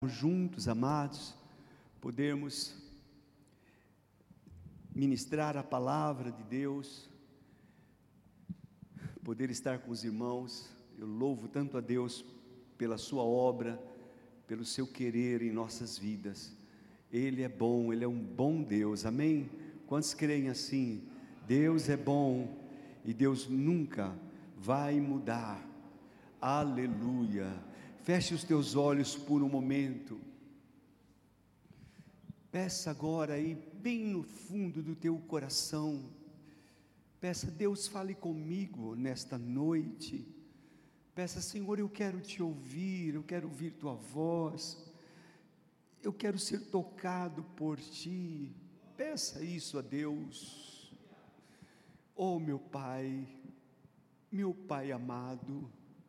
Juntos, amados, podermos ministrar a palavra de Deus, poder estar com os irmãos. Eu louvo tanto a Deus pela sua obra, pelo seu querer em nossas vidas. Ele é bom, Ele é um bom Deus, amém? Quantos creem assim? Deus é bom e Deus nunca vai mudar, aleluia. Feche os teus olhos por um momento. Peça agora aí, bem no fundo do teu coração. Peça, Deus, fale comigo nesta noite. Peça, Senhor, eu quero te ouvir, eu quero ouvir tua voz. Eu quero ser tocado por ti. Peça isso a Deus. Oh, meu Pai amado.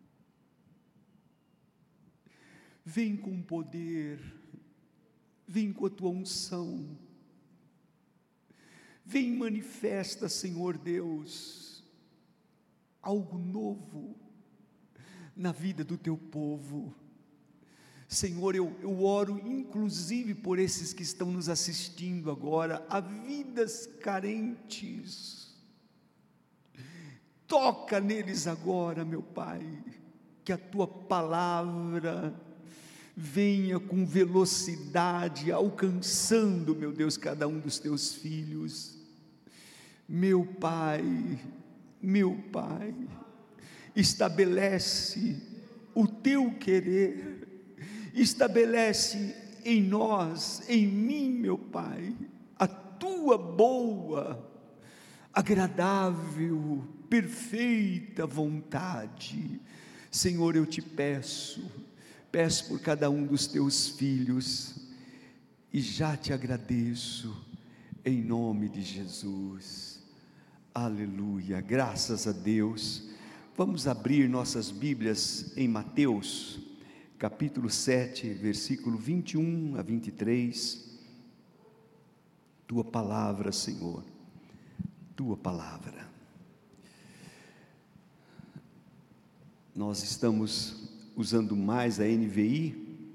Vem com poder, vem com a tua unção, vem e manifesta, Senhor Deus, algo novo na vida do teu povo. Senhor, eu oro inclusive por esses que estão nos assistindo agora, há vidas carentes. Toca neles agora, meu Pai, que a tua palavra venha com velocidade, alcançando, meu Deus, cada um dos teus filhos. Meu Pai, estabelece o teu querer, estabelece em nós, em mim, meu Pai, a tua boa, agradável, perfeita vontade. Senhor, eu te peço por cada um dos teus filhos, e já te agradeço, em nome de Jesus, aleluia, graças a Deus. Vamos abrir nossas Bíblias em Mateus, capítulo 7, versículo 21 a 23, tua palavra, Senhor, tua palavra. Nós estamos usando mais a NVI,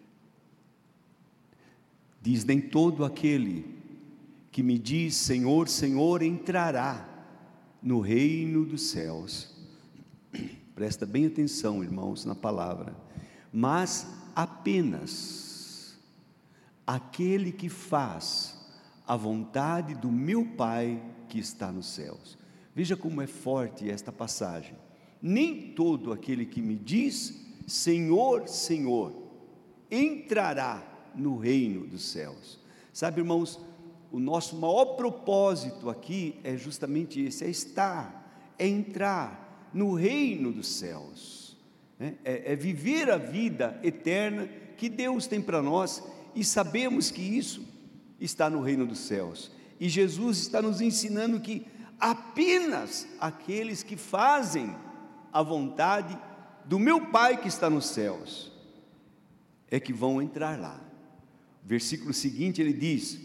diz: nem todo aquele que me diz Senhor, Senhor, entrará no reino dos céus. Presta bem atenção, irmãos, na palavra. Mas apenas aquele que faz a vontade do meu Pai que está nos céus. Veja como é forte esta passagem. Nem todo aquele que me diz Senhor, Senhor, entrará no reino dos céus. Sabe, irmãos, o nosso maior propósito aqui é justamente esse, é entrar no reino dos céus, é viver a vida eterna que Deus tem para nós, e sabemos que isso está no reino dos céus, e Jesus está nos ensinando que apenas aqueles que fazem a vontade do meu Pai que está nos céus é que vão entrar lá. Versículo seguinte ele diz: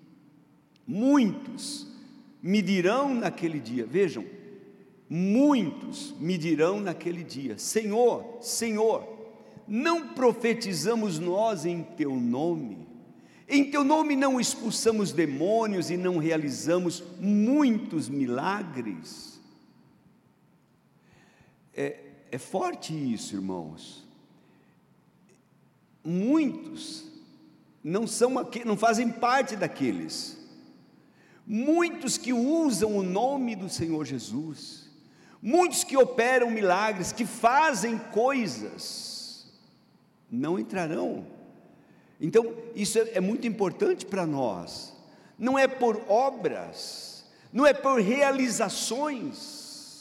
muitos me dirão naquele dia, vejam, muitos me dirão naquele dia, Senhor, Senhor, não profetizamos nós em teu nome? Em teu nome não expulsamos demônios e não realizamos muitos milagres? É forte isso, irmãos. Muitos não fazem parte daqueles. Muitos que usam o nome do Senhor Jesus, muitos que operam milagres, que fazem coisas, não entrarão. Então isso é muito importante para nós. Não é por obras, não é por realizações,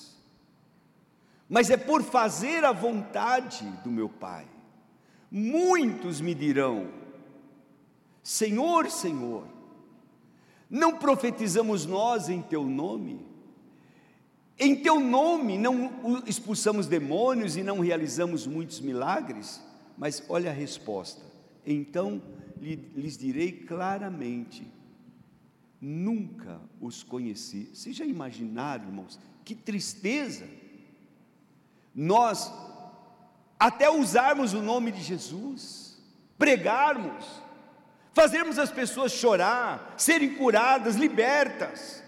mas é por fazer a vontade do meu Pai. Muitos me dirão Senhor, Senhor, não profetizamos nós em teu nome? Em teu nome não expulsamos demônios e não realizamos muitos milagres? Mas olha a resposta: então lhes direi claramente, nunca os conheci. Vocês já imaginaram, irmãos, que tristeza nós até usarmos o nome de Jesus, pregarmos, fazermos as pessoas chorar, serem curadas, libertas,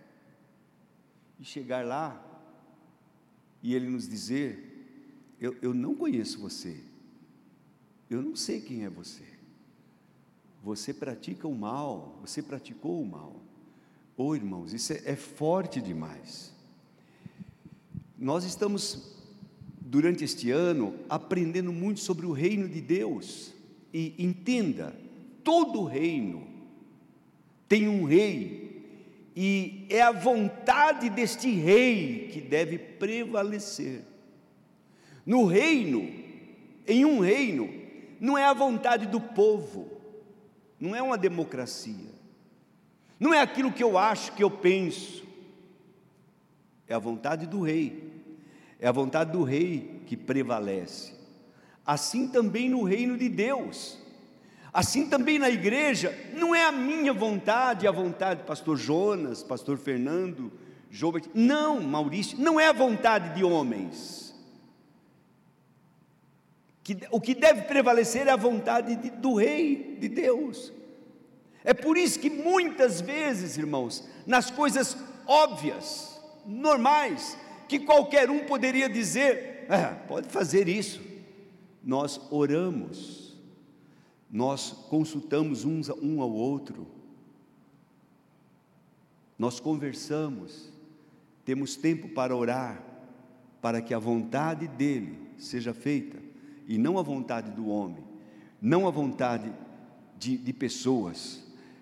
e chegar lá e Ele nos dizer: eu não conheço você, eu não sei quem é você, você pratica o mal, você praticou o mal. Oh, irmãos, isso é forte demais. Nós estamos, durante este ano, aprendendo muito sobre o reino de Deus. E entenda, todo reino tem um rei, e é a vontade deste rei que deve prevalecer. No reino, em um reino, não é a vontade do povo, não é uma democracia, não é aquilo que eu acho, que eu penso, é a vontade do rei, é a vontade do rei que prevalece. Assim também no reino de Deus, assim também na igreja, não é a minha vontade, a vontade do pastor Jonas, pastor Fernando, Jobert, não, Maurício, não é a vontade de homens, o que deve prevalecer é a vontade do rei, de Deus. É por isso que muitas vezes, irmãos, nas coisas óbvias, normais, que qualquer um poderia dizer: pode fazer isso, nós oramos, nós consultamos um ao outro, nós conversamos, temos tempo para orar, para que a vontade dEle seja feita, e não a vontade do homem, não a vontade de pessoas.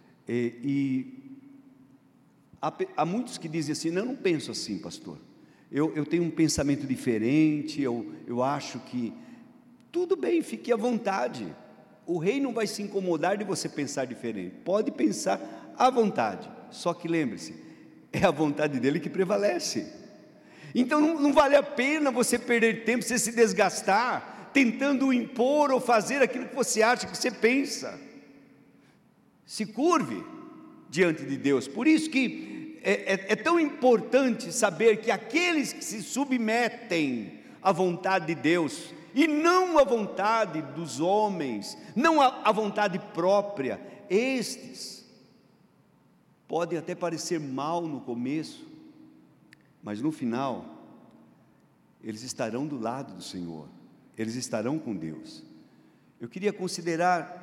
Há muitos que dizem assim: não penso assim, pastor, eu tenho um pensamento diferente, eu acho que, tudo bem, fique à vontade, o rei não vai se incomodar de você pensar diferente, pode pensar à vontade, só que lembre-se, é a vontade dele que prevalece. Então não vale a pena você perder tempo, você se desgastar, tentando impor ou fazer aquilo que você acha, que você pensa. Se curve diante de Deus. Por isso que é tão importante saber que aqueles que se submetem à vontade de Deus, e não à vontade dos homens, não à vontade própria, estes podem até parecer mal no começo, mas no final eles estarão do lado do Senhor, eles estarão com Deus. Eu queria considerar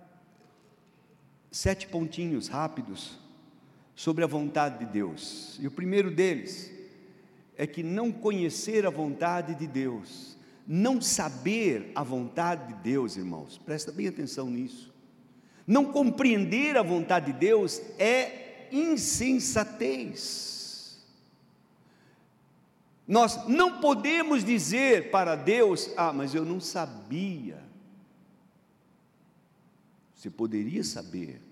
7 pontinhos rápidos sobre a vontade de Deus, e o primeiro deles é que não conhecer a vontade de Deus, não saber a vontade de Deus, irmãos, presta bem atenção nisso, não compreender a vontade de Deus é insensatez. Nós não podemos dizer para Deus: mas eu não sabia. Você poderia saber,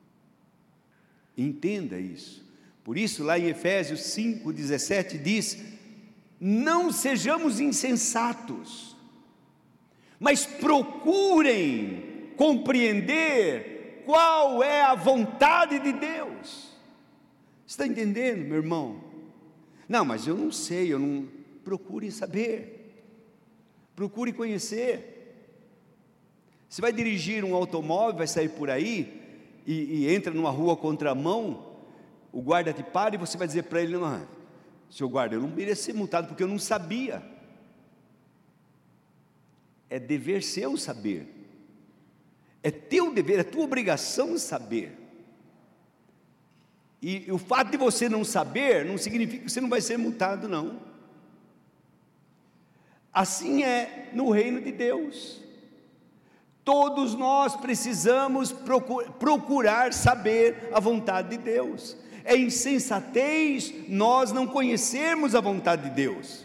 entenda isso. Por isso lá em Efésios 5:17 diz: não sejamos insensatos, mas procurem compreender qual é a vontade de Deus. Está entendendo, meu irmão? Não, mas eu não sei, eu não. Procure saber, procure conhecer. Você vai dirigir um automóvel, vai sair por aí, e entra numa rua contramão, o guarda te para e você vai dizer para ele: não, seu guarda, eu não mereço ser multado porque eu não sabia. É dever seu saber, é teu dever, é tua obrigação saber. E o fato de você não saber não significa que você não vai ser multado, não. Assim é no reino de Deus. Todos nós precisamos procurar saber a vontade de Deus. É insensatez nós não conhecermos a vontade de Deus.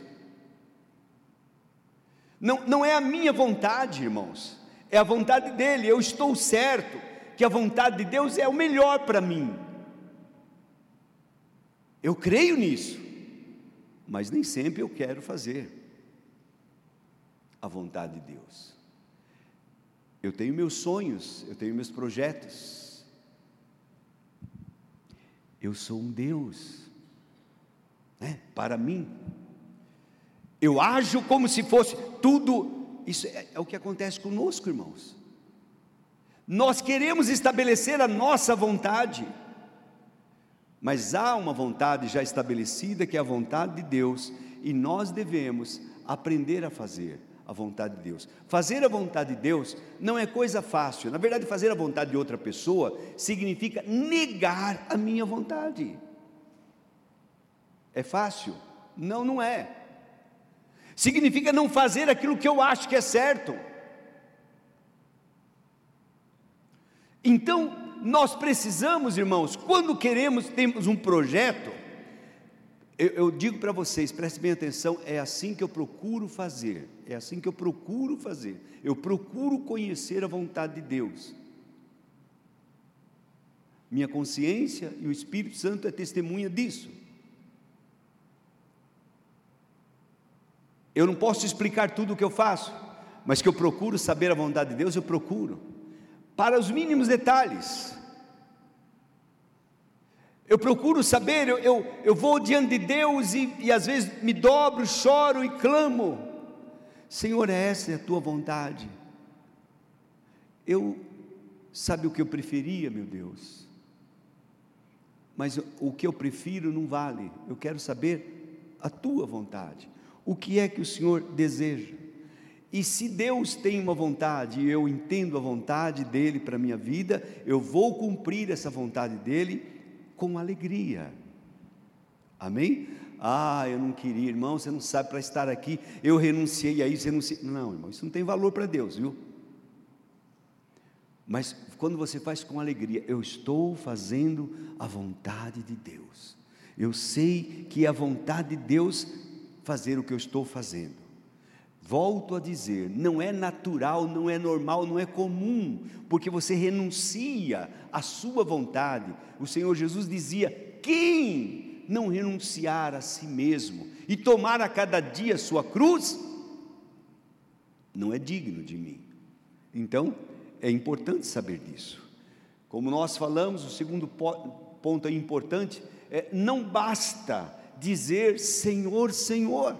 Não é a minha vontade, irmãos, é a vontade dele. Eu estou certo que a vontade de Deus é o melhor para mim, eu creio nisso, mas nem sempre eu quero fazer a vontade de Deus. Eu tenho meus sonhos, eu tenho meus projetos, eu sou um Deus, para mim, eu ajo como se fosse tudo. Isso é o que acontece conosco, irmãos. Nós queremos estabelecer a nossa vontade, mas há uma vontade já estabelecida, que é a vontade de Deus, e nós devemos aprender a fazer a vontade de Deus. Fazer a vontade de Deus não é coisa fácil. Na verdade, fazer a vontade de outra pessoa significa negar a minha vontade. É fácil? Não, não é. Significa não fazer aquilo que eu acho que é certo. Então, nós precisamos, irmãos, quando temos um projeto, eu digo para vocês, prestem bem atenção, é assim que eu procuro fazer, eu procuro conhecer a vontade de Deus. Minha consciência e o Espírito Santo é testemunha disso. Eu não posso explicar tudo o que eu faço, mas que eu procuro saber a vontade de Deus, eu procuro, para os mínimos detalhes. Eu procuro saber, eu vou diante de Deus e às vezes me dobro, choro e clamo: Senhor, essa é a tua vontade. Sabe o que eu preferia, meu Deus? Mas o que eu prefiro não vale. Eu quero saber a tua vontade. O que é que o Senhor deseja? E se Deus tem uma vontade, e eu entendo a vontade dEle para a minha vida, eu vou cumprir essa vontade dEle com alegria. Amém? Eu não queria, irmão, você não sabe, para estar aqui, eu renunciei a isso, não, irmão, isso não tem valor para Deus, viu? Mas quando você faz com alegria, eu estou fazendo a vontade de Deus, eu sei que é a vontade de Deus fazer o que eu estou fazendo. Volto a dizer, não é natural, não é normal, não é comum, porque você renuncia à sua vontade. O Senhor Jesus dizia: quem não renunciar a si mesmo e tomar a cada dia a sua cruz, não é digno de mim. Então, é importante saber disso. Como nós falamos, o segundo ponto importante é: não basta dizer Senhor, Senhor.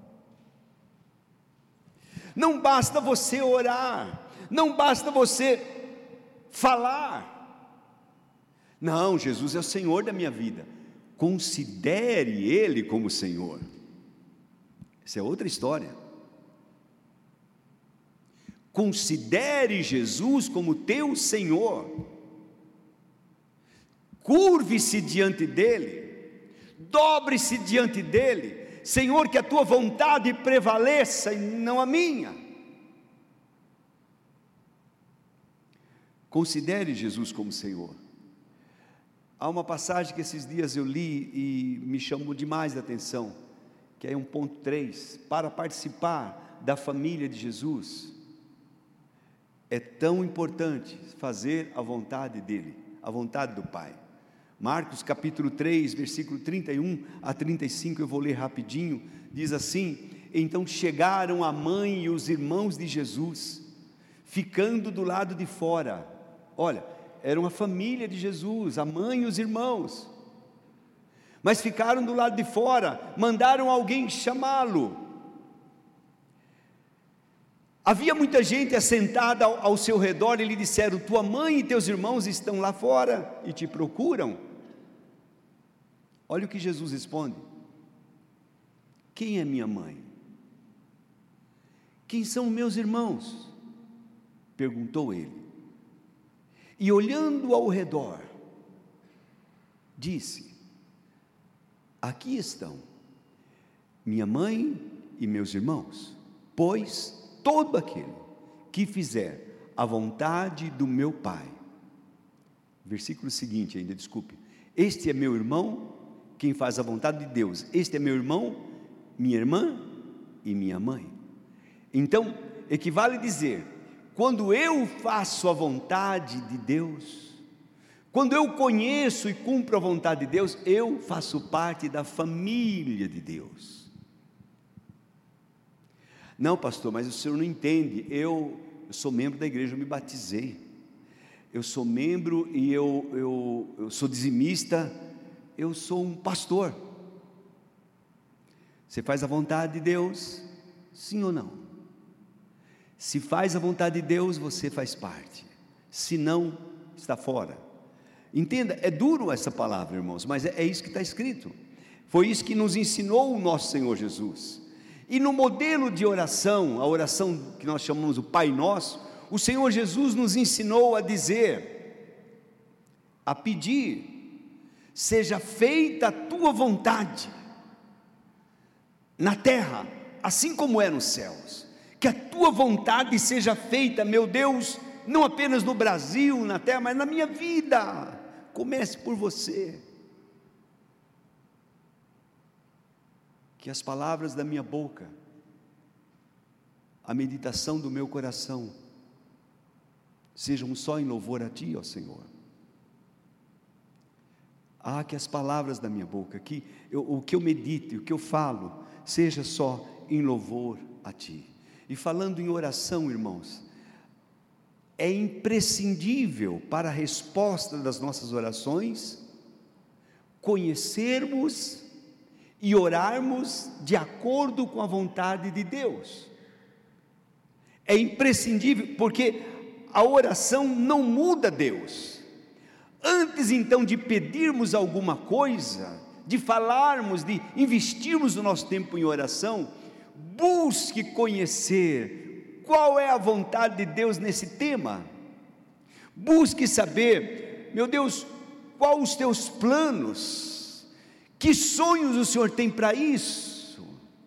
Não basta você orar, não basta você falar. Não, Jesus é o Senhor da minha vida. Considere Ele como Senhor. Essa é outra história. Considere Jesus como teu Senhor. Curve-se diante dEle, dobre-se diante dEle. Senhor, que a tua vontade prevaleça e não a minha. Considere Jesus como Senhor. Há uma passagem que esses dias eu li e me chamou demais a atenção, que é 1.3, para participar da família de Jesus, é tão importante fazer a vontade dEle, a vontade do Pai. Marcos capítulo 3, versículo 31 a 35, eu vou ler rapidinho, diz assim: então chegaram a mãe e os irmãos de Jesus, ficando do lado de fora. Olha, era uma família de Jesus, a mãe e os irmãos, mas ficaram do lado de fora, mandaram alguém chamá-lo. Havia muita gente assentada ao seu redor, e lhe disseram: tua mãe e teus irmãos estão lá fora e te procuram. Olha o que Jesus responde: quem é minha mãe? Quem são meus irmãos? Perguntou ele. E olhando ao redor, disse: aqui estão minha mãe e meus irmãos, pois todo aquele que fizer a vontade do meu Pai. Versículo seguinte ainda, desculpe: este é meu irmão, quem faz a vontade de Deus, este é meu irmão, minha irmã e minha mãe. Então, equivale dizer, quando eu faço a vontade de Deus, quando eu conheço e cumpro a vontade de Deus, eu faço parte da família de Deus. Não, pastor, mas o senhor não entende, eu sou membro da igreja, eu me batizei, eu sou membro e eu sou dizimista, eu sou um pastor. Você faz a vontade de Deus, sim ou não? Se faz a vontade de Deus, você faz parte. senão está fora. Entenda, é duro essa palavra, irmãos, mas é isso que está escrito. Foi isso que nos ensinou o nosso Senhor Jesus. E no modelo de oração, a oração que nós chamamos o Pai Nosso, o Senhor Jesus nos ensinou a dizer, a pedir: seja feita a tua vontade, na terra, assim como é nos céus. Que a tua vontade seja feita, meu Deus, não apenas no Brasil, na terra, mas na minha vida. Comece por você. Que as palavras da minha boca, a meditação do meu coração, sejam só em louvor a Ti, ó Senhor. Que as palavras da minha boca, o que eu medite, o que eu falo, seja só em louvor a Ti. E falando em oração, irmãos, é imprescindível para a resposta das nossas orações, conhecermos e orarmos de acordo com a vontade de Deus. É imprescindível, porque a oração não muda Deus. Antes então de pedirmos alguma coisa, de falarmos, de investirmos o nosso tempo em oração, busque conhecer qual é a vontade de Deus nesse tema. Busque saber, meu Deus, quais os teus planos, que sonhos o Senhor tem para isso.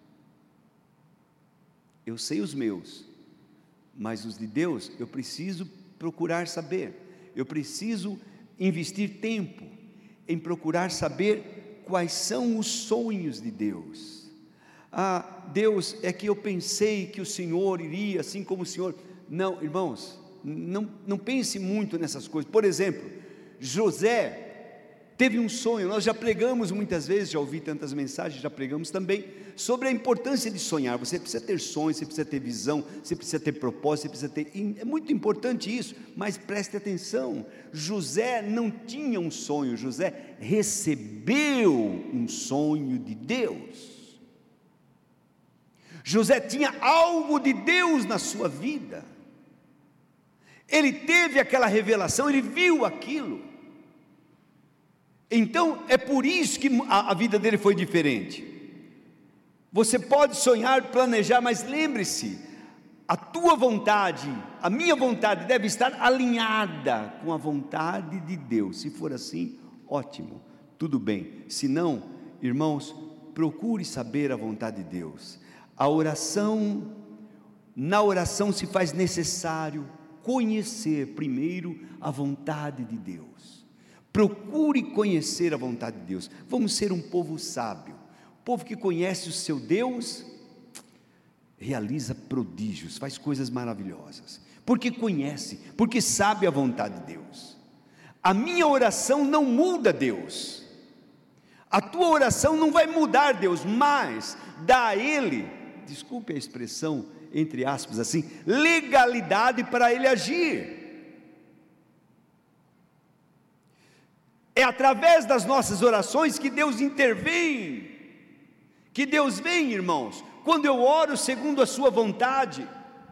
Eu sei os meus, mas os de Deus eu preciso procurar saber. Eu preciso investir tempo em procurar saber quais são os sonhos de Deus. Deus, é que eu pensei que o Senhor iria, assim como o Senhor. Não, irmãos, não pense muito nessas coisas. Por exemplo, José teve um sonho. Nós já pregamos muitas vezes, já ouvi tantas mensagens, já pregamos também sobre a importância de sonhar. Você precisa ter sonhos, você precisa ter visão, você precisa ter propósito, você precisa ter, é muito importante isso, mas preste atenção, José não tinha um sonho, José recebeu um sonho de Deus. José tinha algo de Deus na sua vida, ele teve aquela revelação, ele viu aquilo. Então é por isso que a vida dele foi diferente. Você pode sonhar, planejar, mas lembre-se, a tua vontade, a minha vontade deve estar alinhada com a vontade de Deus. Se for assim, ótimo, tudo bem. Se não, irmãos, procure saber a vontade de Deus. Na oração se faz necessário conhecer primeiro a vontade de Deus. Procure conhecer a vontade de Deus. Vamos ser um povo sábio. O povo que conhece o seu Deus realiza prodígios, faz coisas maravilhosas, porque conhece, porque sabe a vontade de Deus. A minha oração não muda Deus, a tua oração não vai mudar Deus, mas dá a Ele, desculpe a expressão, entre aspas assim, legalidade para Ele agir. É através das nossas orações que Deus intervém, que Deus vem, irmãos, quando eu oro segundo a sua vontade.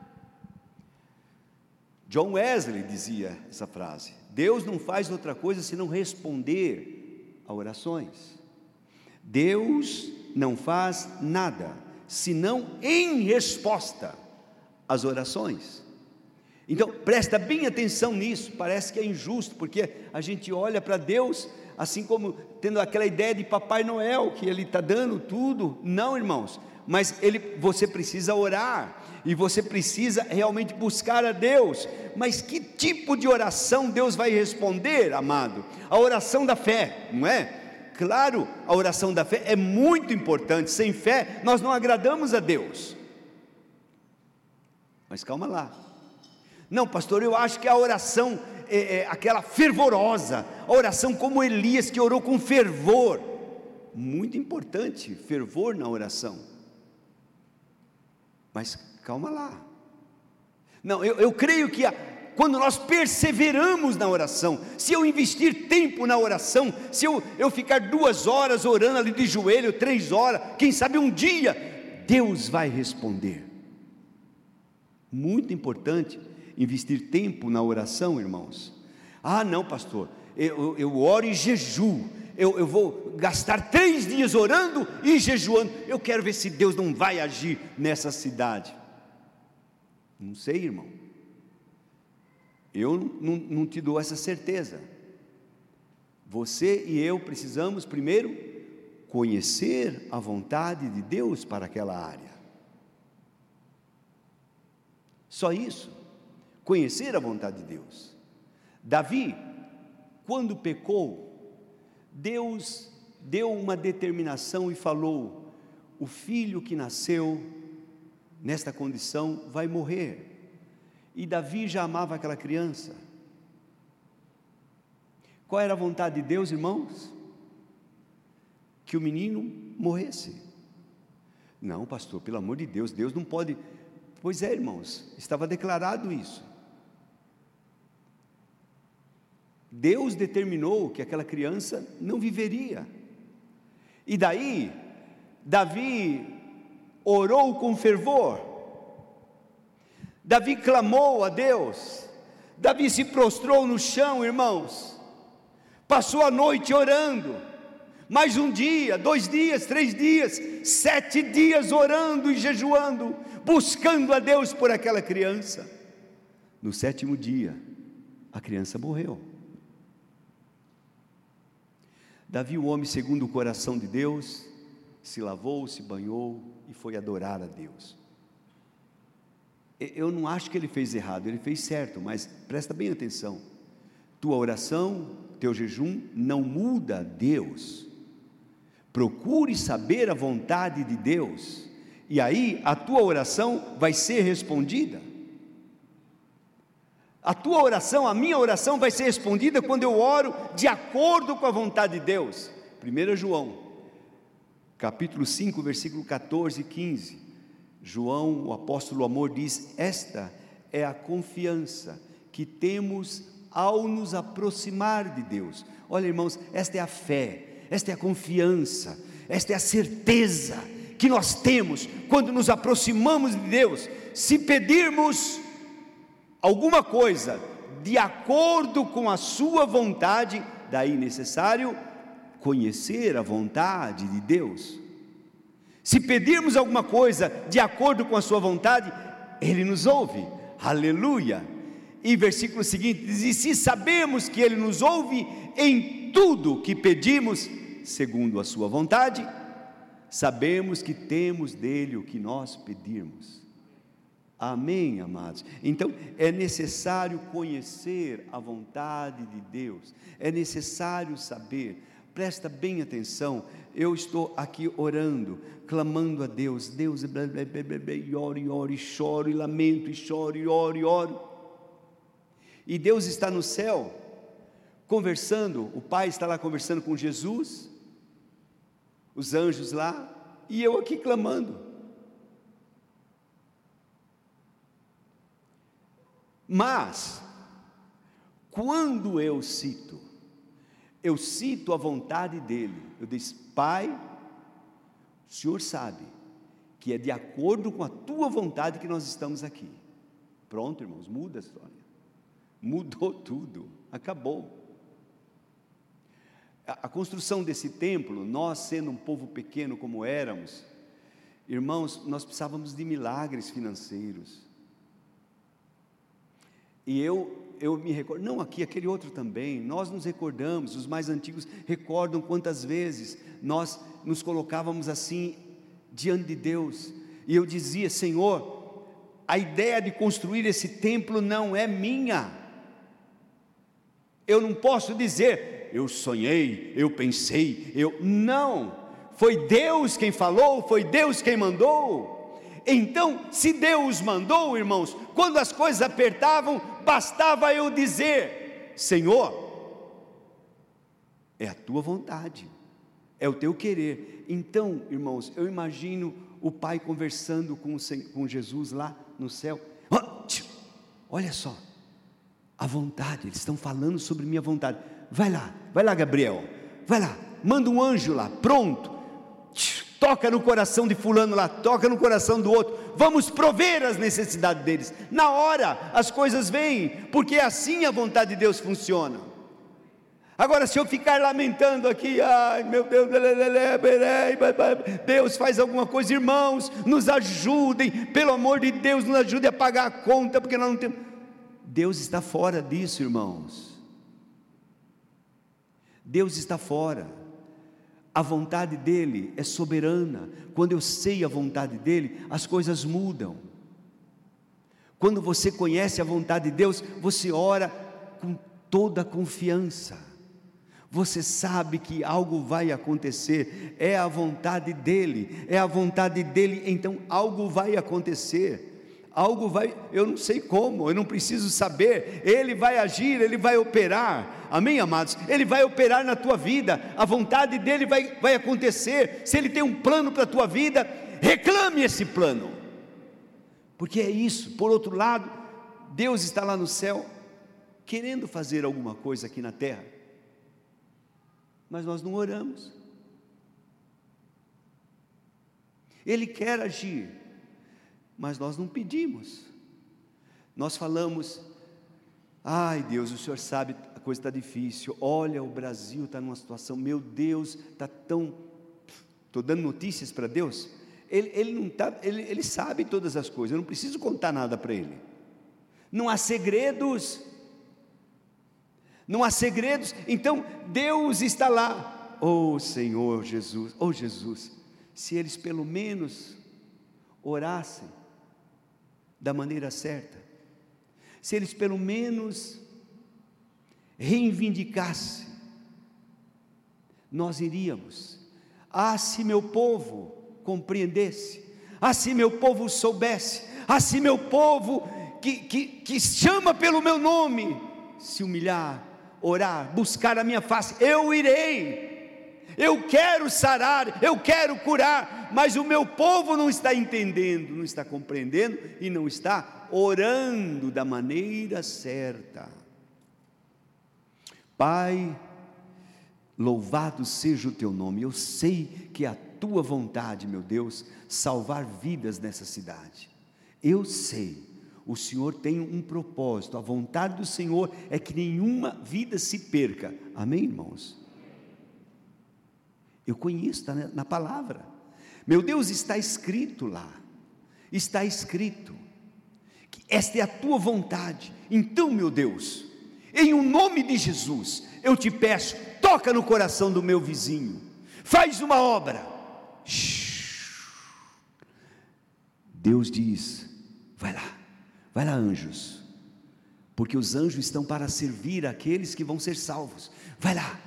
John Wesley dizia essa frase: Deus não faz outra coisa senão responder a orações. Deus não faz nada senão em resposta às orações. Então presta bem atenção nisso. Parece que é injusto, porque a gente olha para Deus assim como tendo aquela ideia de Papai Noel, que Ele está dando tudo. Não, irmãos, mas você precisa orar, e você precisa realmente buscar a Deus. Mas que tipo de oração Deus vai responder, amado? A oração da fé, não é? Claro, a oração da fé é muito importante. Sem fé nós não agradamos a Deus. Mas calma lá. Não, pastor, eu acho que a oração aquela fervorosa, a oração como Elias, que orou com fervor, muito importante, fervor na oração. Mas calma lá. Não, eu creio que quando nós perseveramos na oração, se eu investir tempo na oração, se eu ficar 2 horas orando ali de joelho, 3 horas, quem sabe um dia, Deus vai responder. Muito importante investir tempo na oração, irmãos. Ah, não, pastor, eu oro e jejuo, eu vou gastar 3 dias orando e jejuando, eu quero ver se Deus não vai agir nessa cidade. Não sei, irmão, eu não te dou essa certeza. Você e eu precisamos primeiro conhecer a vontade de Deus para aquela área. Só isso, conhecer a vontade de Deus. Davi, quando pecou, Deus deu uma determinação e falou: o filho que nasceu nesta condição vai morrer. E Davi já amava aquela criança. Qual era a vontade de Deus, irmãos? Que o menino morresse. Não, pastor, pelo amor de Deus, Deus não pode. Pois é, irmãos, estava declarado isso. Deus determinou que aquela criança não viveria. E daí, Davi orou com fervor. Davi clamou a Deus. Davi se prostrou no chão, irmãos. Passou a noite orando, mais 1 dia, 2 dias, 3 dias, 7 dias orando e jejuando, buscando a Deus por aquela criança. No 7º dia, a criança morreu. Davi, o homem segundo o coração de Deus, se lavou, se banhou e foi adorar a Deus. Eu não acho que ele fez errado, ele fez certo, mas presta bem atenção. Tua oração, teu jejum não muda Deus. Procure saber a vontade de Deus, e aí a tua oração vai ser respondida. A tua oração, a minha oração vai ser respondida quando eu oro de acordo com a vontade de Deus. 1 João, capítulo 5, versículo 14 e 15. João, o apóstolo amor, diz: esta é a confiança que temos ao nos aproximar de Deus. Olha, irmãos, esta é a fé, esta é a confiança, esta é a certeza que nós temos quando nos aproximamos de Deus. Se pedirmos alguma coisa de acordo com a sua vontade, daí necessário conhecer a vontade de Deus. Se pedirmos alguma coisa de acordo com a sua vontade, Ele nos ouve, aleluia. E versículo seguinte diz: e se sabemos que Ele nos ouve em tudo que pedimos, segundo a sua vontade, sabemos que temos dele o que nós pedirmos. Amém, amados? Então, é necessário conhecer a vontade de Deus, é necessário saber. Presta bem atenção, eu estou aqui orando, clamando a Deus, Deus, e oro, e oro, e choro, e lamento, e choro, e oro, e oro. E Deus está no céu, conversando, o Pai está lá conversando com Jesus, os anjos lá, e eu aqui clamando. Mas, quando eu cito a vontade dEle, eu disse: Pai, o Senhor sabe que é de acordo com a Tua vontade que nós estamos aqui. Pronto, irmãos, muda a história, mudou tudo, acabou. A construção desse templo, nós sendo um povo pequeno como éramos, irmãos, nós precisávamos de milagres financeiros. E eu me recordo, não aqui, aquele outro também, nós nos recordamos, os mais antigos recordam quantas vezes nós nos colocávamos assim diante de Deus, e eu dizia: Senhor, a ideia de construir esse templo não é minha, eu não posso dizer, eu sonhei, eu pensei, não, foi Deus quem falou, foi Deus quem mandou. Então, se Deus mandou, irmãos, quando as coisas apertavam, bastava eu dizer: Senhor, é a Tua vontade, é o Teu querer. Então, irmãos, eu imagino o Pai conversando com Jesus lá no céu. Olha só, a vontade, eles estão falando sobre minha vontade. Vai lá Gabriel, vai lá, manda um anjo lá, pronto. Toca no coração de fulano lá, toca no coração do outro, vamos prover as necessidades deles. Na hora as coisas vêm, porque assim a vontade de Deus funciona. Agora, se eu ficar lamentando aqui, ai meu Deus, Deus faz alguma coisa, irmãos, nos ajudem, pelo amor de Deus, nos ajude a pagar a conta, porque nós não temos. Deus está fora disso, irmãos. Deus está fora. A vontade dele é soberana. Quando eu sei a vontade dele, as coisas mudam. Quando você conhece a vontade de Deus, você ora com toda a confiança. Você sabe que algo vai acontecer, é a vontade dele, então algo vai acontecer. Algo vai, eu não sei como, eu não preciso saber, Ele vai agir, Ele vai operar, amém, amados? Ele vai operar na tua vida, a vontade dEle vai acontecer. Se Ele tem um plano para a tua vida, reclame esse plano, porque é isso. Por outro lado, Deus está lá no céu, querendo fazer alguma coisa aqui na terra, mas nós não oramos. Ele quer agir, mas nós não pedimos. Nós falamos, ai Deus, o Senhor sabe, a coisa está difícil, olha, o Brasil está numa situação, meu Deus, está tão, estou dando notícias para Deus, ele não está, ele sabe todas as coisas, eu não preciso contar nada para Ele, não há segredos, então Deus está lá. Oh Senhor Jesus, oh Jesus, se eles pelo menos orassem da maneira certa, se eles pelo menos reivindicassem, nós iríamos. Se meu povo compreendesse, se meu povo soubesse, se meu povo que chama pelo meu nome, se humilhar, orar, buscar a minha face, eu irei. Eu quero sarar, eu quero curar, mas o meu povo não está entendendo, não está compreendendo e não está orando da maneira certa. Pai, louvado seja o teu nome. Eu sei que é a tua vontade, meu Deus, salvar vidas nessa cidade. Eu sei, o Senhor tem um propósito, a vontade do Senhor é que nenhuma vida se perca. Amém, irmãos? Eu conheço, está na palavra, meu Deus, está escrito lá, está escrito, que esta é a tua vontade. Então, meu Deus, em o nome de Jesus, eu te peço, toca no coração do meu vizinho, faz uma obra. Deus diz, vai lá anjos, porque os anjos estão para servir aqueles que vão ser salvos, vai lá,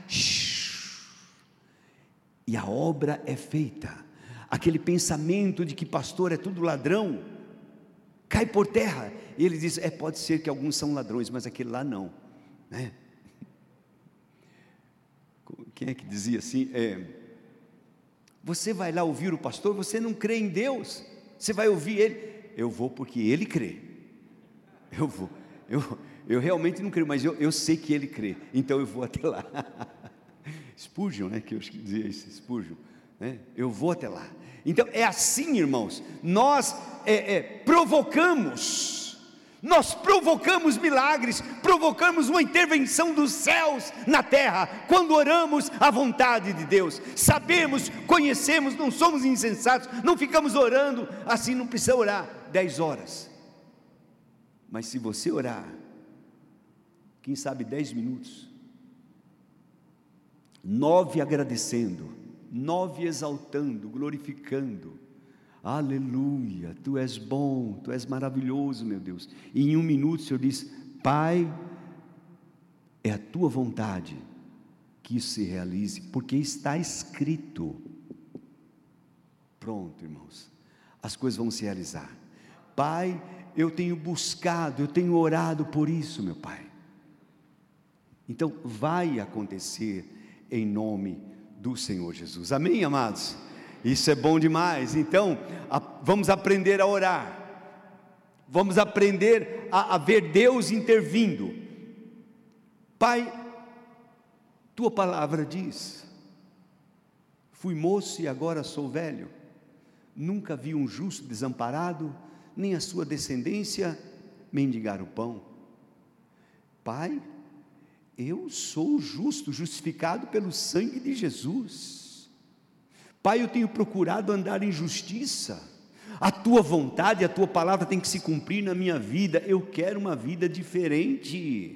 e a obra é feita. Aquele pensamento de que pastor é tudo ladrão, cai por terra, e ele diz, pode ser que alguns são ladrões, mas aquele lá não, né? Quem é que dizia assim, você vai lá ouvir o pastor, você não crê em Deus, você vai ouvir ele. Eu vou porque ele crê, eu vou, eu realmente não creio, mas eu sei que ele crê, então eu vou até lá. Spurgeon, né, que eu dizia isso, Spurgeon, né? Eu vou até lá. Então é assim, irmãos, nós provocamos milagres, provocamos uma intervenção dos céus na terra, quando oramos a vontade de Deus. Sabemos, conhecemos, não somos insensatos, não ficamos orando assim, não precisa orar 10 horas, mas se você orar, quem sabe 10 minutos, 9 agradecendo, 9 exaltando, glorificando, aleluia, tu és bom, tu és maravilhoso, meu Deus, e em 1 minuto o Senhor diz, Pai, é a tua vontade que isso se realize, porque está escrito. Pronto, irmãos, as coisas vão se realizar. Pai, eu tenho buscado, eu tenho orado por isso, meu Pai, então vai acontecer em nome do Senhor Jesus, amém, amados? Isso é bom demais. Então, vamos aprender a orar, vamos aprender a ver Deus intervindo. Pai, tua palavra diz, Fui moço e agora sou velho. Nunca vi um justo desamparado, nem a sua descendência mendigar o pão. Pai, eu sou justo, justificado pelo sangue de Jesus. Pai, eu tenho procurado andar em justiça. A tua vontade, a tua palavra tem que se cumprir na minha vida. Eu quero uma vida diferente.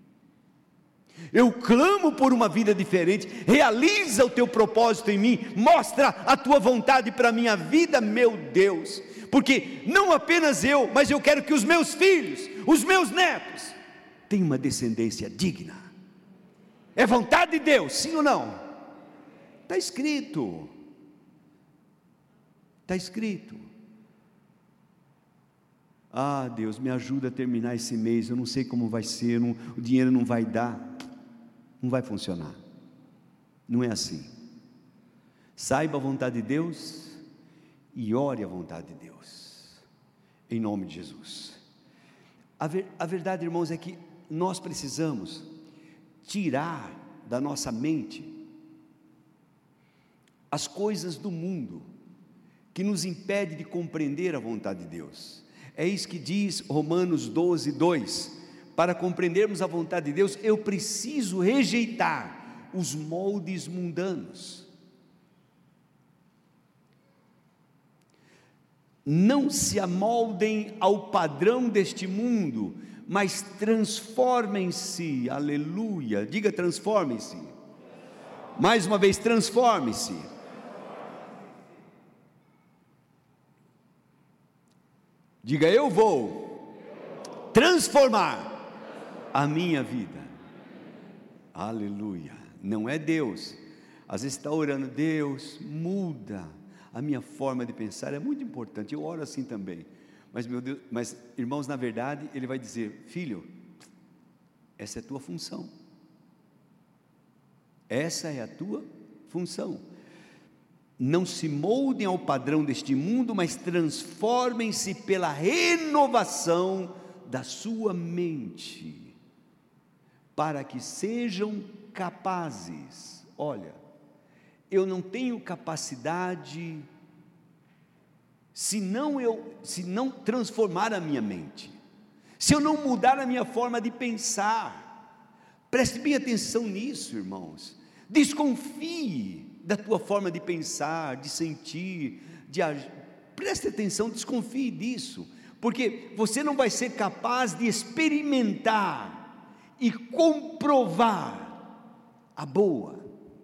Eu clamo por uma vida diferente. Realiza o teu propósito em mim. Mostra a tua vontade para a minha vida, meu Deus. Porque não apenas eu, mas eu quero que os meus filhos, os meus netos, tenham uma descendência digna. É vontade de Deus, sim ou não? Está escrito. Está escrito. Ah, Deus, me ajuda a terminar esse mês. Eu não sei como vai ser, o dinheiro não vai dar. Não vai funcionar. Não é assim. Saiba a vontade de Deus e ore a vontade de Deus, em nome de Jesus. A verdade, irmãos, é que nós precisamos tirar da nossa mente as coisas do mundo que nos impede de compreender a vontade de Deus. É isso que diz Romanos 12, 2. Para compreendermos a vontade de Deus, eu preciso rejeitar os moldes mundanos. Não se amoldem ao padrão deste mundo, mas transformem-se, aleluia, diga transformem-se, mais uma vez, transforme-se, diga eu vou transformar a minha vida, aleluia. Não é Deus, às vezes está orando, Deus muda a minha forma de pensar, é muito importante, eu oro assim também, mas meu Deus, mas irmãos, na verdade, Ele vai dizer, filho, essa é a tua função, essa é a tua função, não se moldem ao padrão deste mundo, mas transformem-se pela renovação da sua mente, para que sejam capazes. Olha, eu não tenho capacidade se não transformar a minha mente, se eu não mudar a minha forma de pensar. Preste bem atenção nisso, irmãos. Desconfie da tua forma de pensar, de sentir, de agir. Preste atenção, desconfie disso, porque você não vai ser capaz de experimentar e comprovar a boa,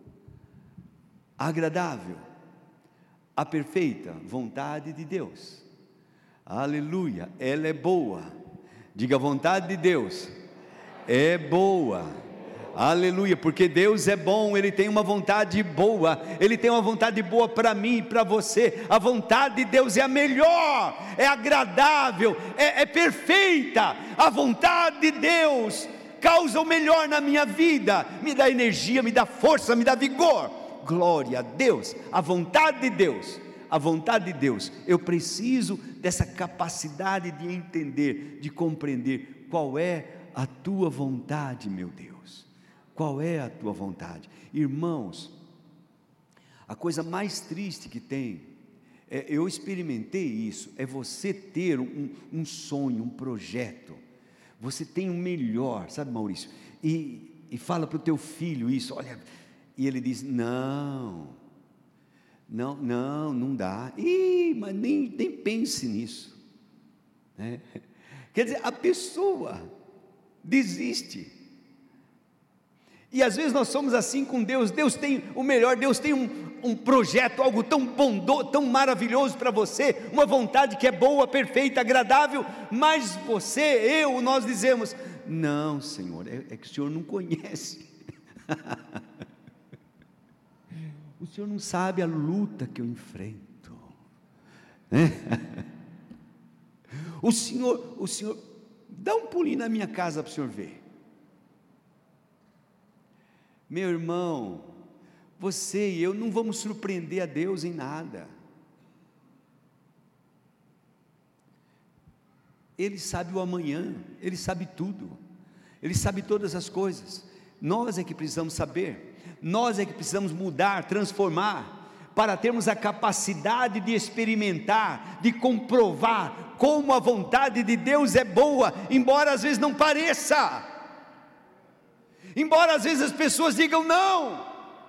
a agradável, a perfeita vontade de Deus. Aleluia, ela é boa. Diga, a vontade de Deus é boa. Aleluia, porque Deus é bom, Ele tem uma vontade boa, Ele tem uma vontade boa para mim e para você. A vontade de Deus é a melhor, é agradável, é perfeita. A vontade de Deus causa o melhor na minha vida, me dá energia, me dá força, me dá vigor. Glória a Deus, a vontade de Deus, a vontade de Deus. Eu preciso dessa capacidade de entender, de compreender qual é a tua vontade, meu Deus. Qual é a tua vontade? Irmãos, a coisa mais triste que tem, eu experimentei isso, é você ter um sonho, um projeto, você tem o melhor, sabe, Maurício, e fala para o teu filho isso, olha, e ele diz, não dá, mas nem pense nisso, né? Quer dizer, a pessoa desiste. E às vezes nós somos assim com Deus. Deus tem o melhor, Deus tem um projeto, algo tão bondoso, tão maravilhoso para você, uma vontade que é boa, perfeita, agradável, mas nós dizemos, não, Senhor, é que o Senhor não conhece, o Senhor não sabe a luta que eu enfrento, o Senhor, dá um pulinho na minha casa para o Senhor ver. Meu irmão, você e eu não vamos surpreender a Deus em nada. Ele sabe o amanhã, Ele sabe tudo, Ele sabe todas as coisas. Nós é que precisamos saber, nós é que precisamos mudar, transformar. para termos a capacidade de experimentar, de comprovar como a vontade de Deus é boa, embora às vezes não pareça, embora às vezes as pessoas digam não,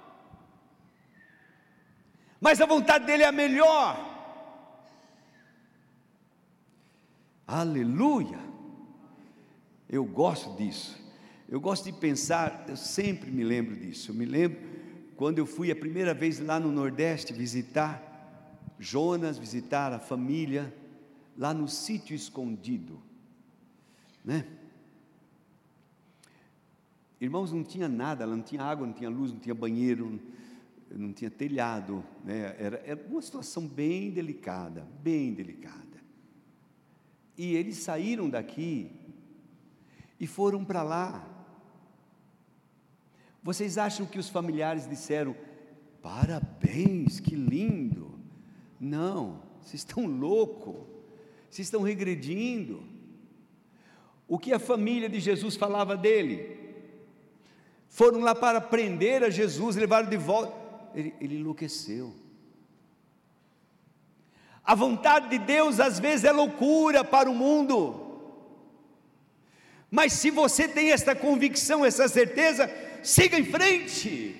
mas a vontade dele é a melhor. Aleluia! Eu gosto disso, eu gosto de pensar, eu sempre me lembro disso. Eu me lembro quando eu fui a primeira vez lá no Nordeste visitar Jonas, visitar a família, lá no sítio escondido, né? Irmãos, não tinha nada, não tinha água, não tinha luz, não tinha banheiro, não tinha telhado, né? Era uma situação bem delicada, bem delicada. E eles saíram daqui e foram para lá. Vocês acham que os familiares disseram: parabéns, que lindo? Não, vocês estão loucos, vocês estão regredindo. O que a família de Jesus falava dele? Foram lá para prender a Jesus, levaram de volta. Ele enlouqueceu. A vontade de Deus às vezes é loucura para o mundo, mas se você tem esta convicção, essa certeza, siga em frente,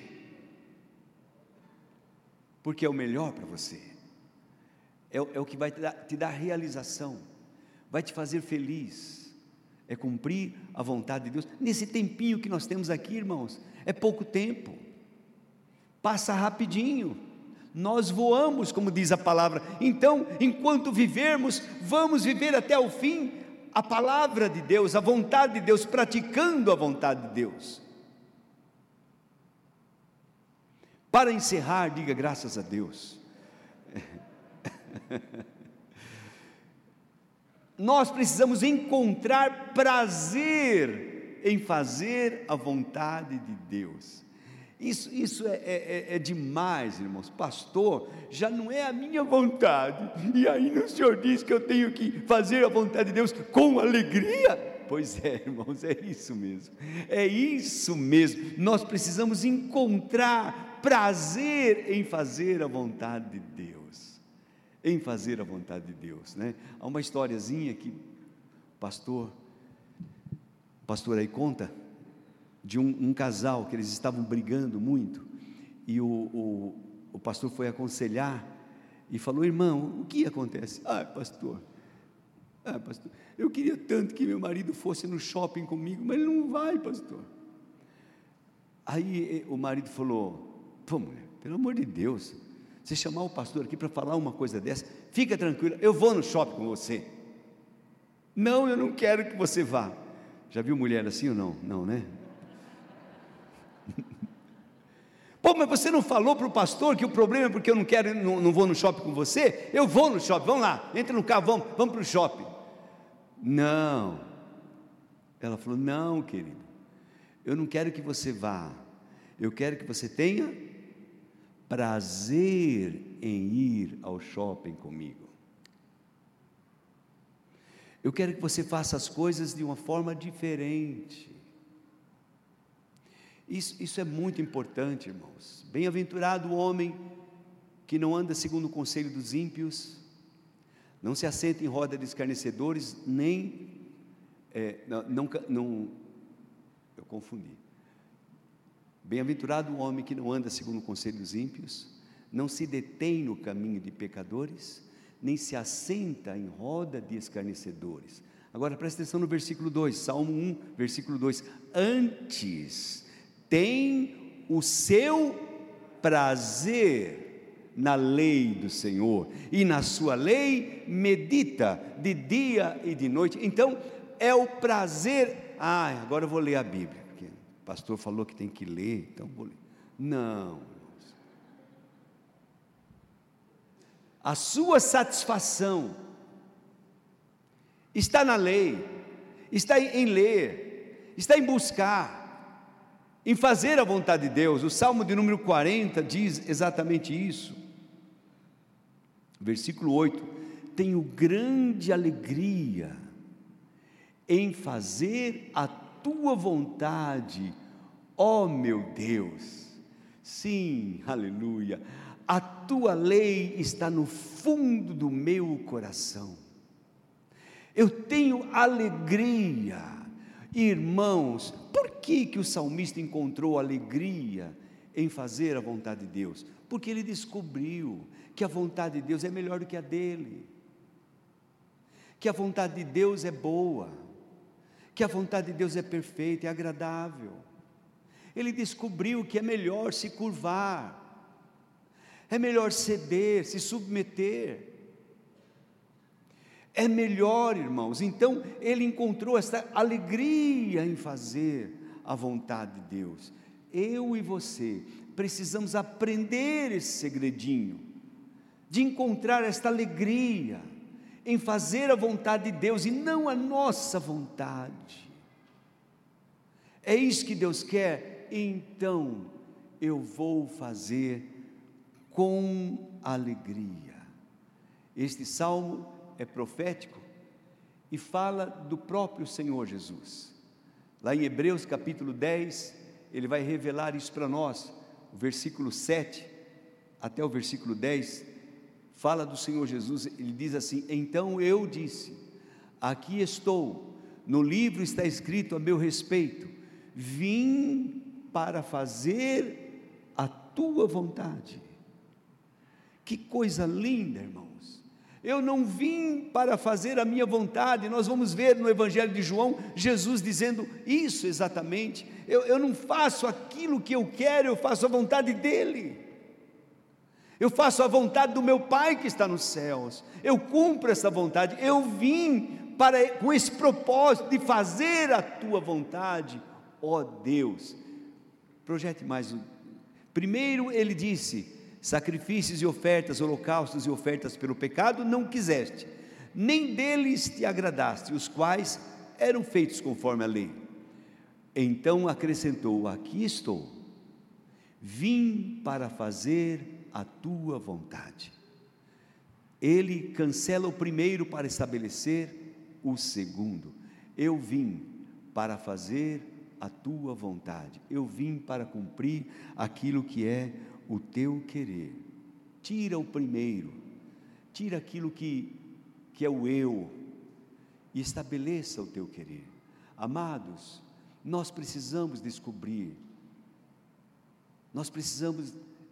porque é o melhor para você, é o que vai te dar realização, vai te fazer feliz, é cumprir a vontade de Deus. Nesse tempinho que nós temos aqui, irmãos, é pouco tempo, passa rapidinho, nós voamos, como diz a palavra. Então, enquanto vivermos, vamos viver até o fim a palavra de Deus, a vontade de Deus, praticando a vontade de Deus. Para encerrar, diga graças a Deus. Nós precisamos encontrar prazer em fazer a vontade de Deus. Isso é demais, irmãos. Pastor, já não é a minha vontade, e ainda o senhor diz que eu tenho que fazer a vontade de Deus com alegria? Pois é, irmãos, é isso mesmo, nós precisamos encontrar prazer em fazer a vontade de Deus, né? Há uma historiazinha que o pastor aí conta, de um casal, que eles estavam brigando muito, e o pastor foi aconselhar, e falou: irmão, o que acontece? Pastor, eu queria tanto que meu marido fosse no shopping comigo, mas ele não vai, pastor. Aí o marido falou: pô, mulher, pelo amor de Deus, você chamar o pastor aqui para falar uma coisa dessa, fica tranquila, eu vou no shopping com você. Não, eu não quero que você vá. Já viu mulher assim ou não? Não, né? Pô, mas você não falou para o pastor que o problema é porque eu não vou no shopping com você? Eu vou no shopping, vamos lá, entra no carro, vamos para o shopping. Não. Ela falou: não, querido, eu não quero que você vá, eu quero que você tenha prazer em ir ao shopping comigo. Eu quero que você faça as coisas de uma forma diferente. Isso é muito importante, irmãos. Bem-aventurado o homem que não anda segundo o conselho dos ímpios, não se assenta em roda de escarnecedores, eu confundi. Bem-aventurado o homem que não anda segundo o conselho dos ímpios, não se detém no caminho de pecadores, nem se assenta em roda de escarnecedores. Agora presta atenção no versículo 2, Salmo 1, versículo 2: antes tem o seu prazer na lei do Senhor, e na sua lei medita de dia e de noite. Então é o prazer. Agora eu vou ler a Bíblia, porque o pastor falou que tem que ler, então vou ler. Não, a sua satisfação está na lei, está em ler, está em buscar, em fazer a vontade de Deus. O Salmo de número 40 diz exatamente isso, versículo 8: tenho grande alegria em fazer a tua vontade, ó meu Deus. Sim, aleluia, a tua lei está no fundo do meu coração. Eu tenho alegria. Irmãos, por que o salmista encontrou alegria em fazer a vontade de Deus? Porque ele descobriu que a vontade de Deus é melhor do que a dele, que a vontade de Deus é boa, que a vontade de Deus é perfeita, é agradável. Ele descobriu que é melhor se curvar, é melhor ceder, se submeter. É melhor, irmãos. Então ele encontrou essa alegria em fazer a vontade de Deus. Eu e você precisamos aprender esse segredinho, de encontrar esta alegria em fazer a vontade de Deus e não a nossa vontade. É isso que Deus quer. Então eu vou fazer com alegria. Este salmo é profético e fala do próprio Senhor Jesus. Lá em Hebreus capítulo 10, ele vai revelar isso para nós. O versículo 7 até o versículo 10 fala do Senhor Jesus. Ele diz assim: então eu disse, aqui estou, no livro está escrito a meu respeito, vim para fazer a tua vontade. Que coisa linda, irmãos. Eu não vim para fazer a minha vontade. Nós vamos ver no Evangelho de João, Jesus dizendo isso exatamente. Eu não faço aquilo que eu quero, eu faço a vontade dEle. Eu faço a vontade do meu Pai que está nos céus. Eu cumpro essa vontade. Eu vim com esse propósito de fazer a tua vontade, ó Deus. Projete mais. Primeiro ele disse: sacrifícios e ofertas, holocaustos e ofertas pelo pecado não quiseste, nem deles te agradaste, os quais eram feitos conforme a lei. Então acrescentou: aqui estou, vim para fazer a tua vontade. Ele cancela o primeiro para estabelecer o segundo. Eu vim para fazer a tua vontade, eu vim para cumprir aquilo que é o teu querer. Tira o primeiro, tira aquilo que é o eu, e estabeleça o teu querer. Amados, nós precisamos descobrir, nós precisamos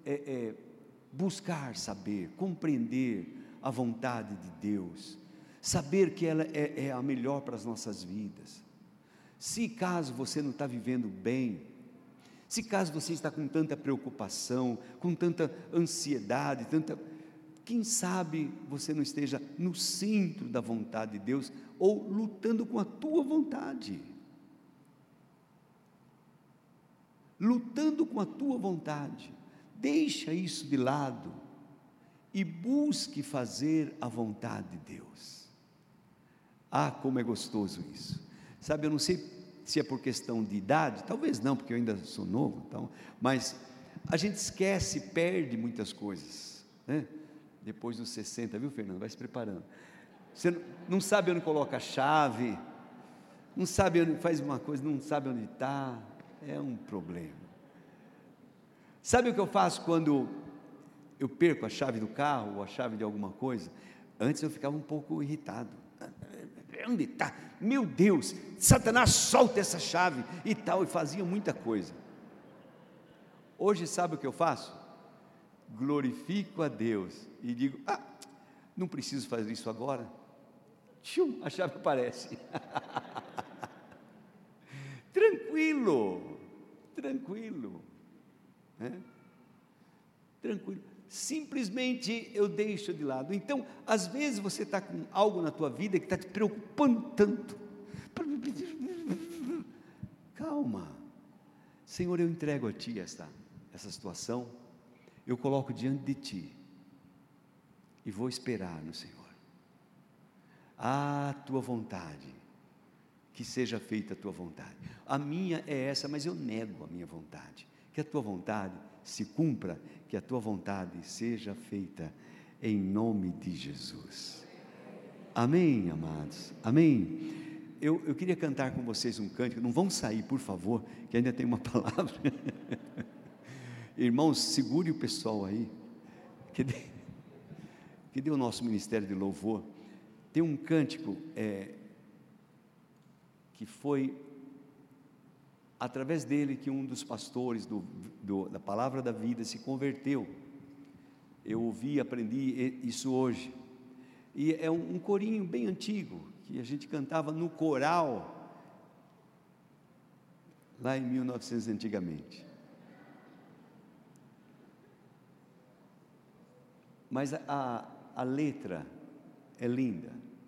buscar saber, compreender a vontade de Deus, saber que ela é a melhor para as nossas vidas. Se caso você não está vivendo bem, se caso você está com tanta preocupação, com tanta ansiedade, quem sabe você não esteja no centro da vontade de Deus, ou lutando com a tua vontade, lutando com a tua vontade. Deixa isso de lado e busque fazer a vontade de Deus. Ah, como é gostoso isso. Sabe, eu não sei se é por questão de idade, talvez não, porque eu ainda sou novo, então, mas a gente esquece, perde muitas coisas, né? Depois dos 60, viu, Fernando? Vai se preparando. Você não sabe onde coloca a chave, não sabe onde faz uma coisa, não sabe onde está, é um problema. Sabe o que eu faço quando eu perco a chave do carro, ou a chave de alguma coisa? Antes eu ficava um pouco irritado. Onde está? Meu Deus, Satanás solta essa chave e tal, e fazia muita coisa. Hoje sabe o que eu faço? Glorifico a Deus e digo: não preciso fazer isso agora. Tchum, a chave aparece. Tranquilo, tranquilo, né? Tranquilo. Simplesmente eu deixo de lado. Então, às vezes você está com algo na tua vida que está te preocupando tanto. Calma, Senhor, eu entrego a Ti essa situação, eu coloco diante de Ti, e vou esperar no Senhor. A Tua vontade, que seja feita a Tua vontade. A minha é essa, mas eu nego a minha vontade. Que a Tua vontade se cumpra, que a Tua vontade seja feita, em nome de Jesus. Amém, amados, amém. Eu queria cantar com vocês um cântico. Não vão sair, por favor, que ainda tem uma palavra. Irmãos, segure o pessoal aí. que deu o nosso ministério de louvor, tem um cântico que foi através dele que um dos pastores da Palavra da Vida se converteu. Eu ouvi e aprendi isso hoje, e é um corinho bem antigo, que a gente cantava no coral, lá em 1900 antigamente. Mas a letra é linda,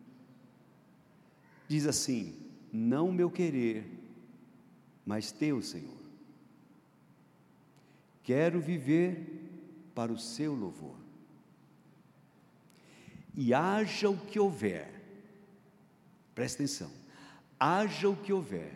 diz assim: não meu querer, mas teu, Senhor, quero viver para o seu louvor, e haja o que houver, presta atenção, haja o que houver,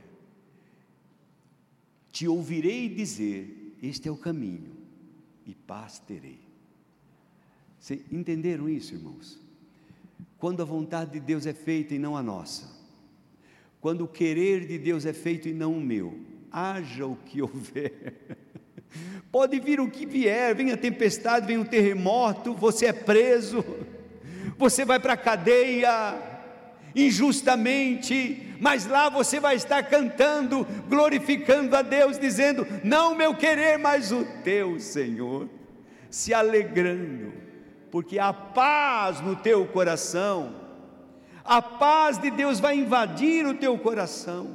te ouvirei dizer, este é o caminho, e paz terei. Vocês entenderam isso, irmãos? Quando a vontade de Deus é feita e não a nossa, quando o querer de Deus é feito e não o meu, haja o que houver, pode vir o que vier, venha a tempestade, venha o terremoto, você é preso, você vai para a cadeia, injustamente, mas lá você vai estar cantando, glorificando a Deus, dizendo: não meu querer, mas o teu, Senhor, se alegrando, porque há paz no teu coração, a paz de Deus vai invadir o teu coração.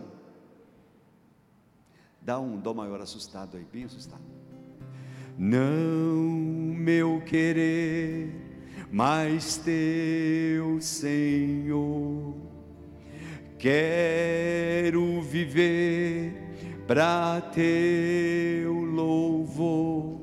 Dá um dó maior assustado aí, bem assustado. Não meu querer, mas teu, Senhor, quero viver para teu louvor,